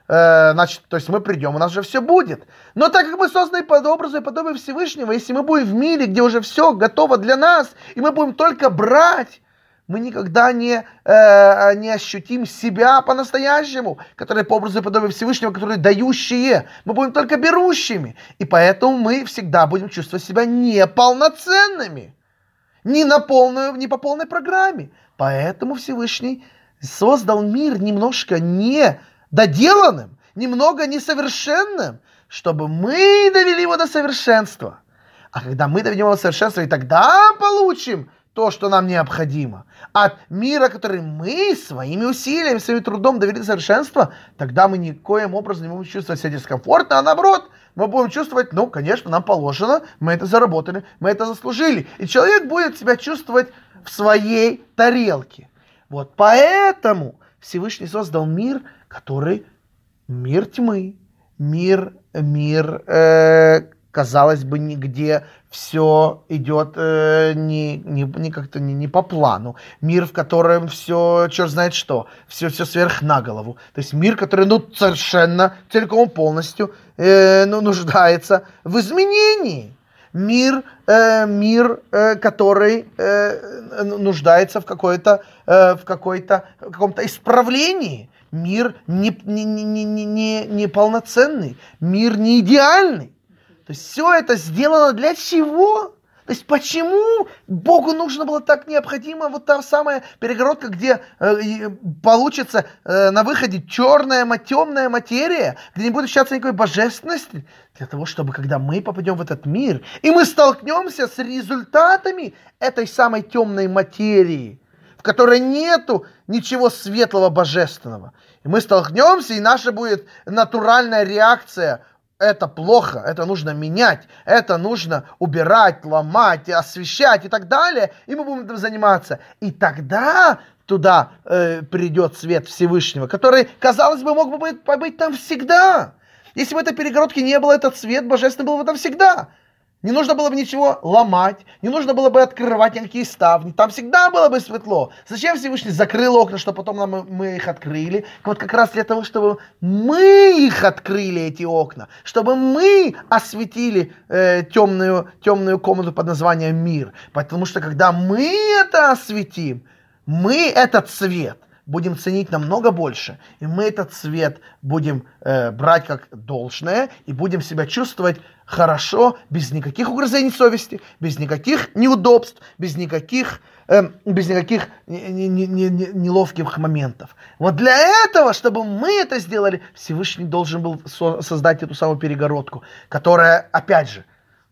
э, значит, то есть мы придем, у нас же все будет. Но так как мы созданы под образом и подобием Всевышнего, если мы будем в мире, где уже все готово для нас, и мы будем только брать, мы никогда не, э, не ощутим себя по-настоящему, которые по образу и подобию Всевышнего, которые дающие. Мы будем только берущими. И поэтому мы всегда будем чувствовать себя неполноценными. Не, на полную, не по полной программе. Поэтому Всевышний создал мир немножко недоделанным, немного несовершенным, чтобы мы довели его до совершенства. А когда мы доведем его до совершенства, и тогда получим то, что нам необходимо, от мира, который мы своими усилиями, своим трудом довели до совершенства, тогда мы никоим образом не будем чувствовать себя дискомфортно, а наоборот, мы будем чувствовать, ну, конечно, нам положено, мы это заработали, мы это заслужили. И человек будет себя чувствовать в своей тарелке. Вот поэтому Всевышний создал мир, который мир тьмы, мир, мир, э, казалось бы, нигде все идет э, не, не, не как-то не, не по плану. Мир, в котором все, черт знает что, все, все сверх на голову. То есть мир, который ну, совершенно, целиком полностью э, ну, нуждается в изменении. Мир, э, мир э, который э, нуждается в, какой-то, э, в, какой-то, в каком-то исправлении. Мир не, не, не, не, не, не полноценный, мир не идеальный. То есть все это сделано для чего? То есть почему Богу нужно было так необходимо вот та самая перегородка, где э, получится э, на выходе черная, темная материя, где не будет ощущаться никакой божественности, для того, чтобы когда мы попадем в этот мир, и мы столкнемся с результатами этой самой темной материи, в которой нету ничего светлого, божественного. И мы столкнемся, и наша будет натуральная реакция: это плохо, это нужно менять, это нужно убирать, ломать, освещать и так далее. И мы будем этим заниматься. И тогда туда э, придет свет Всевышнего, который, казалось бы, мог бы быть, побыть там всегда. Если бы этой перегородки не было, этот свет божественный был бы там всегда. Не нужно было бы ничего ломать, не нужно было бы открывать никакие ставни. Там всегда было бы светло. Зачем Всевышний закрыл окна, чтобы потом нам, мы их открыли? Вот как раз для того, чтобы мы их открыли, эти окна. Чтобы мы осветили э, темную, темную комнату под названием мир. Потому что когда мы это осветим, мы этот свет будем ценить намного больше. И мы этот свет будем э, брать как должное. И будем себя чувствовать хорошо, без никаких угрызений совести, без никаких неудобств, без никаких, э, без никаких не, не, не, не, неловких моментов. Вот для этого, чтобы мы это сделали, Всевышний должен был со- создать эту самую перегородку, которая, опять же,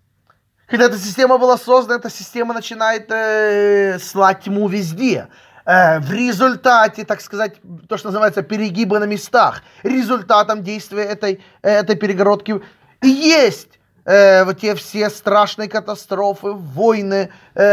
когда эта система была создана, эта система начинает э, слать тьму везде. В результате, так сказать, то, что называется перегибы на местах, результатом действия этой, этой перегородки и есть э, вот те все страшные катастрофы, войны,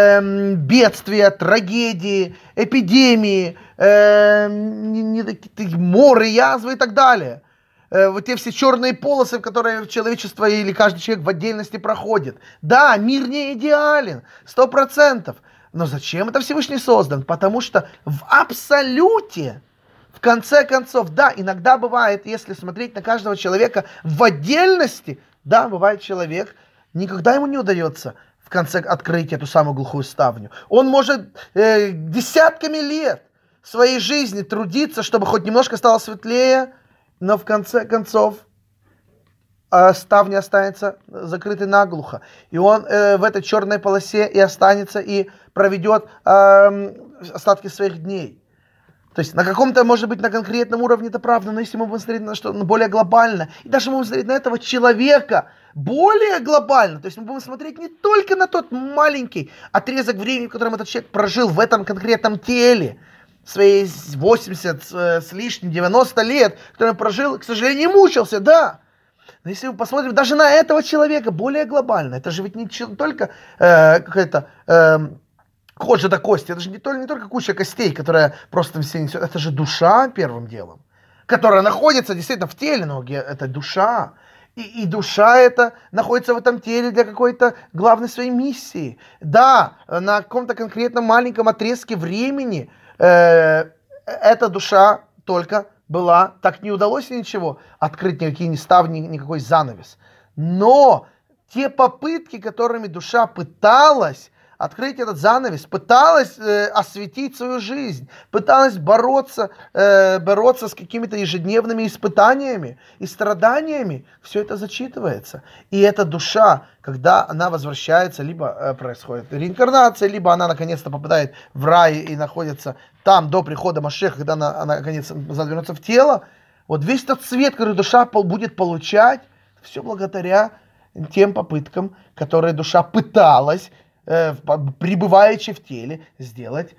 э, бедствия, трагедии, эпидемии, э, не, не, моры, язвы и так далее. Э, вот те все черные полосы, в которые человечество или каждый человек в отдельности проходит. Да, мир не идеален, сто процентов. Но зачем это Всевышний создан? Потому что в абсолюте, в конце концов, да, иногда бывает, если смотреть на каждого человека в отдельности, да, бывает человек, никогда ему не удается в конце открыть эту самую глухую ставню. Он может э, десятками лет своей жизни трудиться, чтобы хоть немножко стало светлее, но в конце концов ставня останется закрытой наглухо. И он э, в этой черной полосе и останется, и проведет э, остатки своих дней. То есть на каком-то, может быть, на конкретном уровне это правда, но если мы будем смотреть на что-то более глобально, и даже мы будем смотреть на этого человека более глобально, то есть мы будем смотреть не только на тот маленький отрезок времени, в котором этот человек прожил в этом конкретном теле, свои восемьдесят с лишним, девяносто лет, который он прожил, к сожалению, не мучился, да. Но если мы посмотрим даже на этого человека более глобально, это же ведь не только э, какая-то э, кожа до кости, это же не только, не только куча костей, которая просто все несет, это же душа первым делом, которая находится действительно в теле, но это душа. И, и душа эта находится в этом теле для какой-то главной своей миссии. Да, на каком-то конкретном маленьком отрезке времени э, эта душа только была, так не удалось ничего, открыть никакие не ставни, никакой занавес. Но те попытки, которыми душа пыталась открыть этот занавес, пыталась э, осветить свою жизнь, пыталась бороться, э, бороться с какими-то ежедневными испытаниями и страданиями, все это зачитывается. И эта душа, когда она возвращается, либо э, происходит реинкарнация, либо она наконец-то попадает в рай и находится там до прихода Машеха, когда она, она наконец задвинется в тело, вот весь тот свет, который душа будет получать, все благодаря тем попыткам, которые душа пыталась, э, пребываючи в теле, сделать,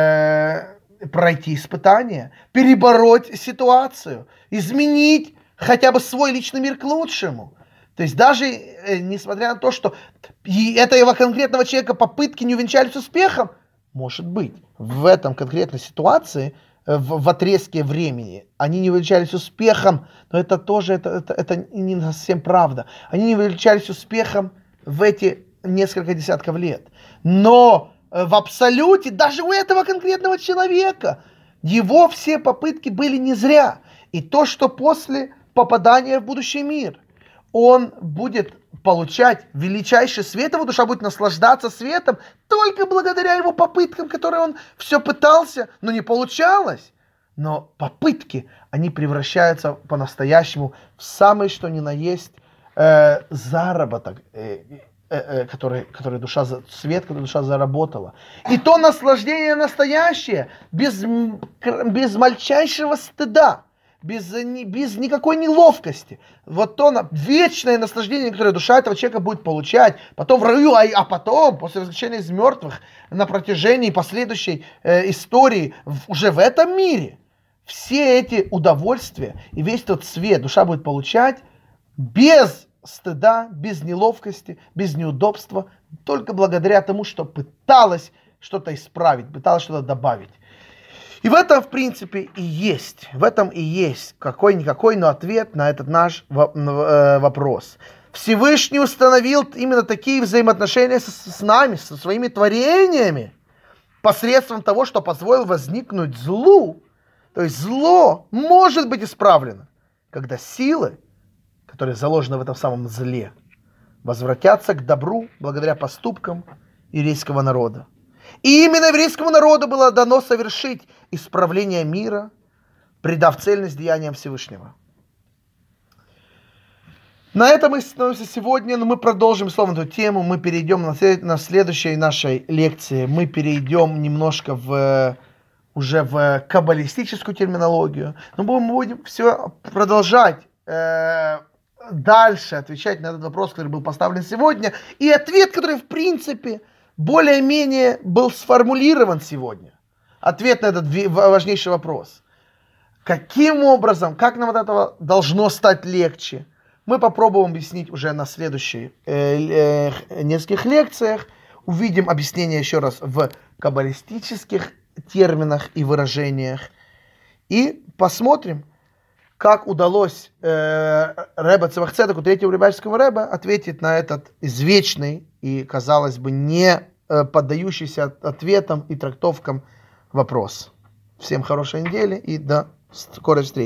э, пройти испытания, перебороть ситуацию, изменить хотя бы свой личный мир к лучшему. То есть даже э, несмотря на то, что и этого конкретного человека попытки не увенчались успехом, может быть, в этом конкретной ситуации, в, в отрезке времени, они не увенчались успехом, но это тоже это, это, это не совсем правда. Они не увенчались успехом в эти несколько десятков лет. Но в абсолюте, даже у этого конкретного человека, его все попытки были не зря. И то, что после попадания в будущий мир он будет получать величайший свет, его душа будет наслаждаться светом только благодаря его попыткам, которые он все пытался, но не получалось. Но попытки, они превращаются по-настоящему в самый что ни на есть э, заработок, э, э, э, который, который душа, свет, который душа заработала. И то наслаждение настоящее, без, без мальчайшего стыда. Без, без никакой неловкости. Вот то на, вечное наслаждение, которое душа этого человека будет получать, потом в раю, а, а потом, после возвращения из мертвых, на протяжении последующей э, истории, в, уже в этом мире, все эти удовольствия и весь тот свет душа будет получать без стыда, без неловкости, без неудобства, только благодаря тому, что пыталась что-то исправить, пыталась что-то добавить. И в этом, в принципе, и есть, в этом и есть какой-никакой, но ответ на этот наш вопрос. Всевышний установил именно такие взаимоотношения с, с нами, со своими творениями, посредством того, что позволил возникнуть злу. То есть зло может быть исправлено, когда силы, которые заложены в этом самом зле, возвратятся к добру благодаря поступкам еврейского народа. И именно еврейскому народу было дано совершить исправление мира, придав цельность деяниям Всевышнего. На этом мы остановимся сегодня, но мы продолжим словом эту тему. Мы перейдем на, след... на следующей нашей лекции. Мы перейдем немножко в, уже в каббалистическую терминологию. Но мы будем все продолжать э, дальше отвечать на этот вопрос, который был поставлен сегодня. И ответ, который в принципе более-менее был сформулирован сегодня. Ответ на этот важнейший вопрос. Каким образом, как нам от этого должно стать легче, мы попробуем объяснить уже на следующих э, э, нескольких лекциях. Увидим объяснение еще раз в каббалистических терминах и выражениях. И посмотрим, как удалось э, Ребе Цемах Цедеку, третьему Любавичскому Ребе, ответить на этот извечный и, казалось бы, не э, поддающийся ответам и трактовкам вопрос. Всем хорошей недели и до скорой встречи.